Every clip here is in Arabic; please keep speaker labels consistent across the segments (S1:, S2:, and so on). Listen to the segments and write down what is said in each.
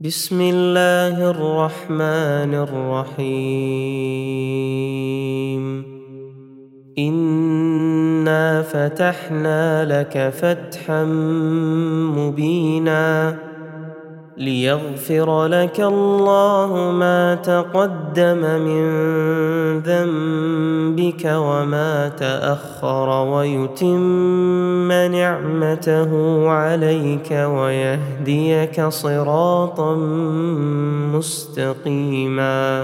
S1: بسم الله الرحمن الرحيم. إنا فتحنا لك فتحا مبينا ليغفر لك الله ما تقدم من ذنبك وما تأخر ويتم نعمته عليك ويهديك صراطا مستقيما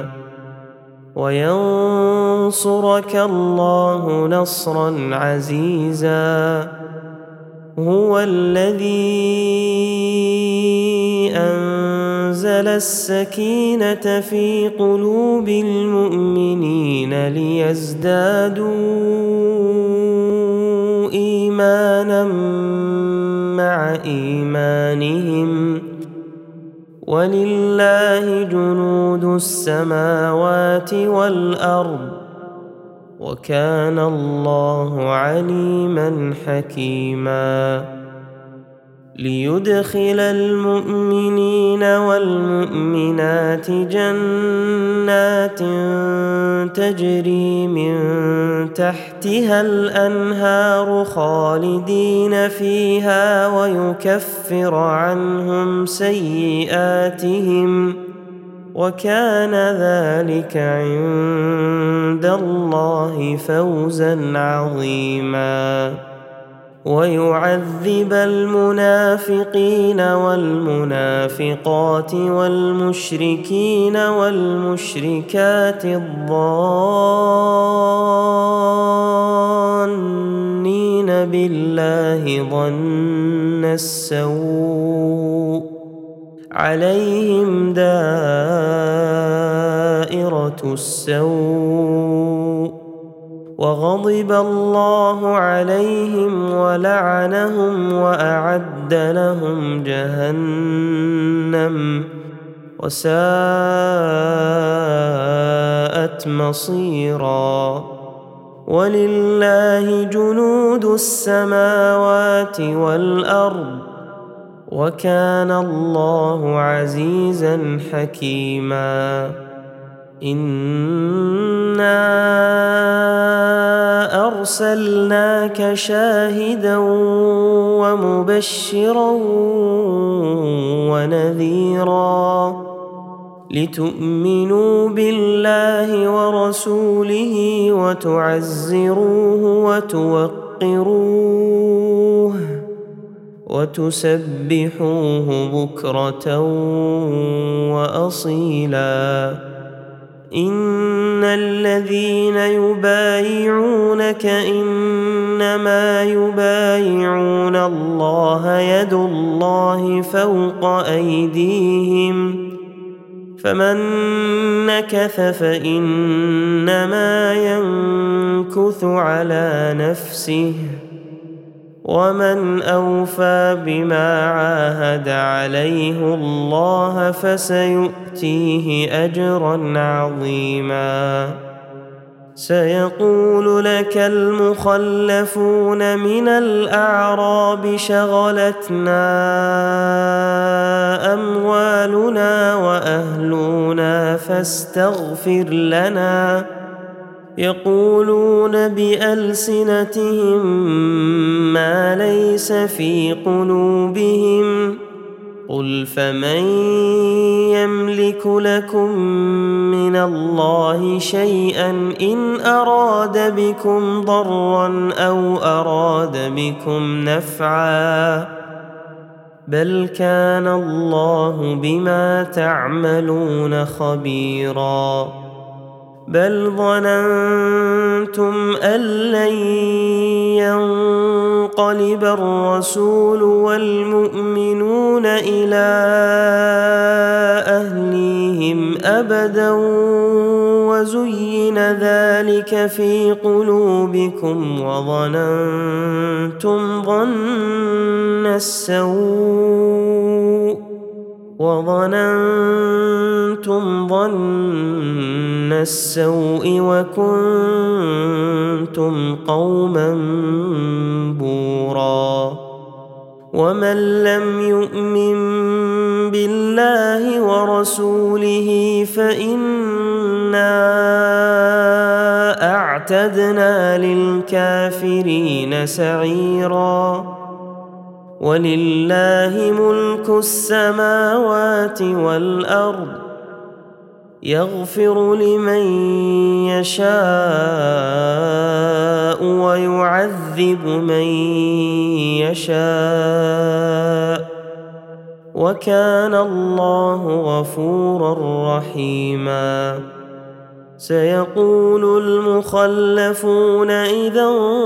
S1: وينصرك الله نصرا عزيزا. هو الذي أنزل السكينة في قلوب المؤمنين ليزدادوا إيمانا مع إيمانهم ولله جنود السماوات والأرض وكان الله عليما حكيما. ليدخل المؤمنين والمؤمنات جنات تجري من تحتها الأنهار خالدين فيها ويكفر عنهم سيئاتهم وكان ذلك عند الله فوزا عظيما. ويعذب المنافقين والمنافقات والمشركين والمشركات الظانين بالله ظن السوء عليهم دائرة السوء وغضب الله عليهم ولعنهم وأعد لهم جهنم وساءت مصيرا. ولله جنود السماوات والأرض وكان الله عزيزا حكيما. إنا أرسلناك شاهدا ومبشرا ونذيرا لتؤمنوا بالله ورسوله وتعزروه وتوقروه وتسبحوه بكرة وأصيلا. إن الذين يبايعونك إنما يبايعون الله يد الله فوق أيديهم فمن نكث فإنما ينكث على نفسه ومن أوفى بما عاهد عليه الله فسيؤتيه أجرا عظيما. سيقول لك المخلفون من الأعراب شغلتنا أموالنا وأهلنا فاستغفر لنا يقولون بألسنتهم ما ليس في قلوبهم قل فمن يملك لكم من الله شيئا إن أراد بكم ضرا أو أراد بكم نفعا بل كان الله بما تعملون خبيرا. بل ظننتم أن لن ينقلب الرسول والمؤمنون إلى أهليهم أبدا وزين ذلك في قلوبكم وظننتم ظن السوء وكنتم قوما بورا. ومن لم يؤمن بالله الله ورسوله فإنا أعتدنا للكافرين سعيرا. ولله ملك السماوات والأرض يغفر لمن يشاء ويعذب من يشاء وكان الله غفورا رحيما. سيقول المخلفون إذا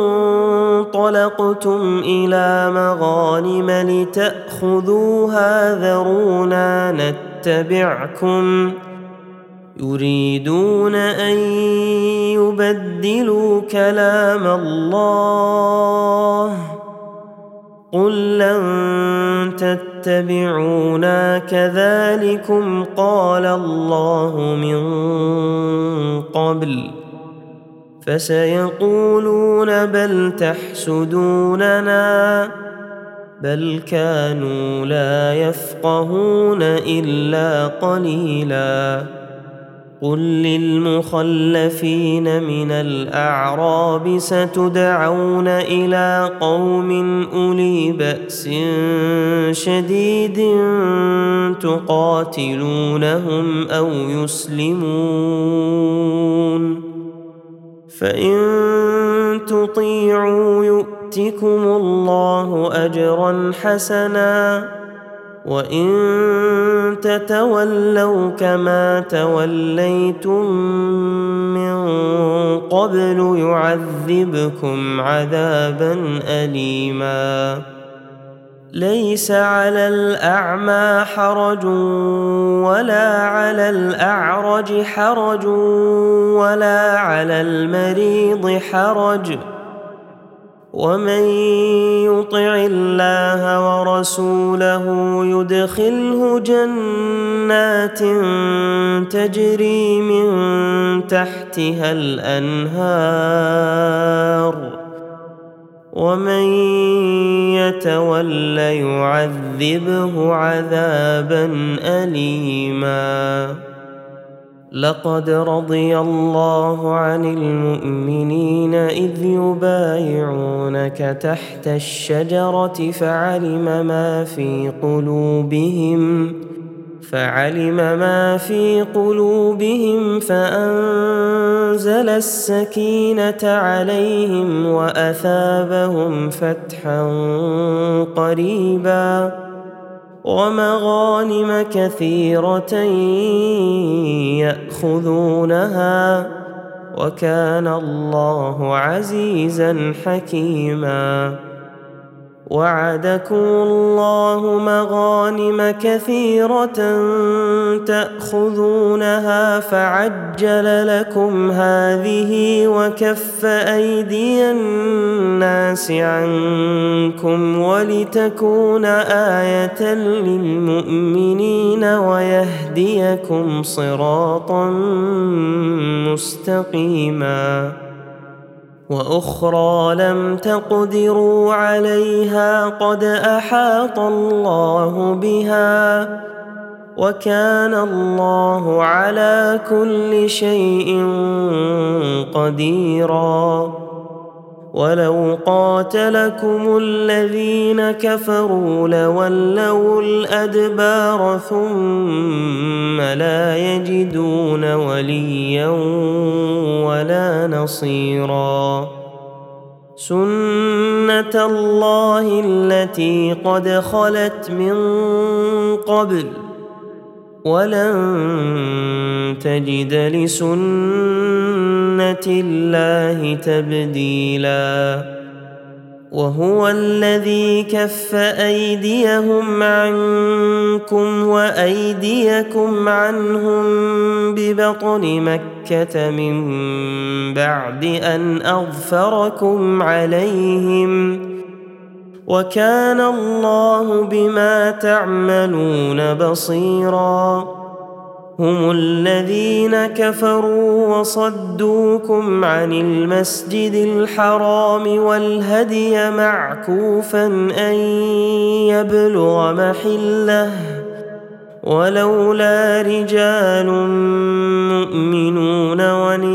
S1: انطلقتم إلى مغانم لتأخذوها ذرونا نتبعكم يريدون أن يبدلوا كلام الله قل لن تتبعونا كذلكم قال الله من قبل فسيقولون بل تحسدوننا بل كانوا لا يفقهون إلا قليلا. قل للمخلفين من الأعراب ستدعون إلى قوم أولي بأس شديد تقاتلونهم أو يسلمون فإن تطيعوا يؤتكم الله أجرا حسنا وإن تتولوا كما توليتم من قبل يعذبكم عذابا أليما. ليس على الأعمى حرج ولا على الأعرج حرج ولا على المريض حرج ومن يطع الله ورسوله يدخله جنات تجري من تحتها الأنهار ومن يتول يعذبه عذابا أليما. لقد رضي الله عن المؤمنين إذ يبايعونك تحت الشجرة فعلم ما في قلوبهم فأنزل السكينة عليهم وأثابهم فتحا قريبا ومغانم كثيرة يأخذونها وكان الله عزيزا حكيما. وعدكم الله مغانم كثيرة تأخذونها فعجل لكم هذه وكف أيدي الناس عنكم ولتكون آية للمؤمنين ويهديكم صراطا مستقيما. وأخرى لم تقدروا عليها قد أحاط الله بها وكان الله على كل شيء قديرا. ولو قاتلكم الذين كفروا لولوا الأدبار ثم لا يجدون وليا ولا نصيرا. سنة الله التي قد خلت من قبل ولن تجد لسنة الله تبديلا. وهو الذي كف أيديهم عنكم وأيديكم عنهم ببطن مكة من بعد أن أظفركم عليهم وكان الله بما تعملون بصيرا. هم الذين كفروا وصدوكم عن المسجد الحرام والهدي معكوفا أن يبلغ محله ولولا رجال مؤمنون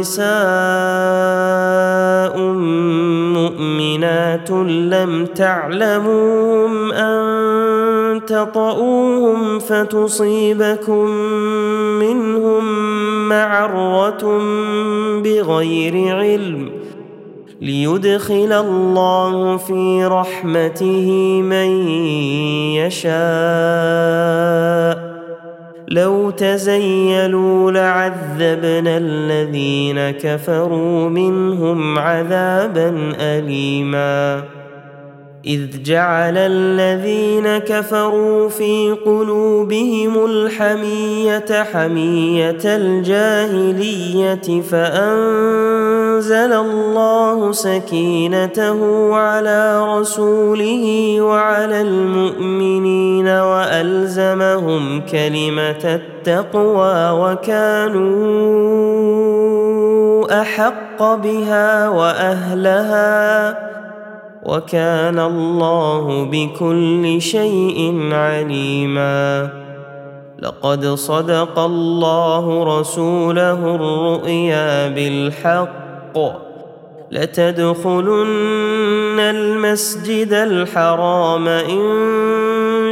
S1: ونساء مؤمنات لم تعلموهم أن تطؤوهم فتصيبكم منهم معرة بغير علم ليدخل الله في رحمته من يشاء لو تزيلوا لعذبنا الذين كفروا منهم عذابا أليما إذ جعل الذين كفروا في قلوبهم الحمية حمية الجاهلية فأنزل الله سكينته على رسوله وعلى المؤمنين وألزمهم كلمة التقوى وكانوا أحق بها وأهلها وكان الله بكل شيء عليما لقد صدق الله رسوله الرؤيا بالحق لتدخلن المسجد الحرام إن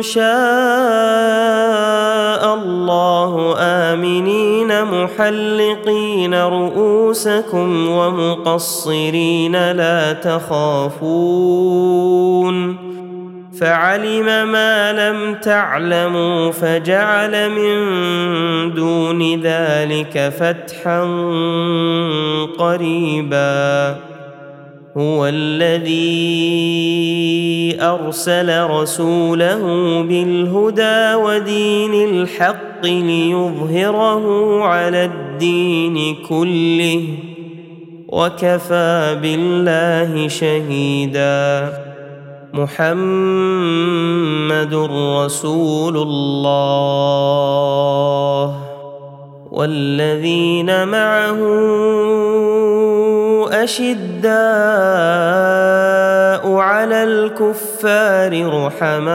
S1: شاء الله آمنين محلقين رؤوسكم ومقصرين لا تخافون فعلم ما لم تعلموا فجعل من دون ذلك فتحا قريبا هو الذي أرسل رسوله بالهدى ودين الحق ليظهره على الدين كله وكفى بالله شهيدا محمد رسول الله والذين معه أشداء على الكفار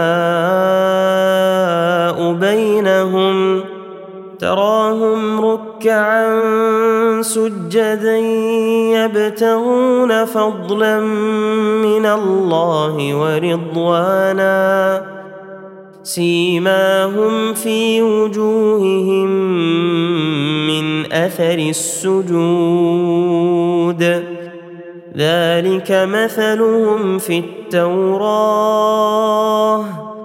S1: رحماء بينهم تراهم ركعا سجدا يبتغون فضلا من الله ورضوانا سيماهم في وجوههم من أثر السجود ذلك مثلهم في التوراة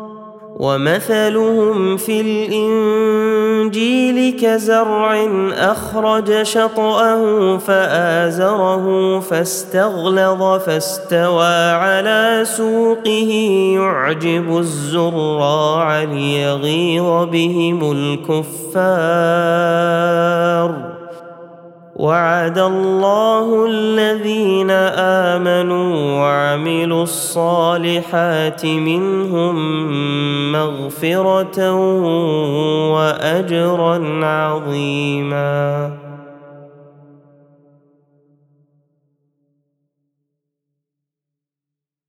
S1: ومثلهم في الإنجيل كزرع أخرج شطأه فآزره فاستغلظ فاستوى على سوقه يعجب الزراع ليغيظ بهم الكفار وعد الله الذين آمنوا وعملوا الصالحات منهم مغفرة وأجرا عظيما.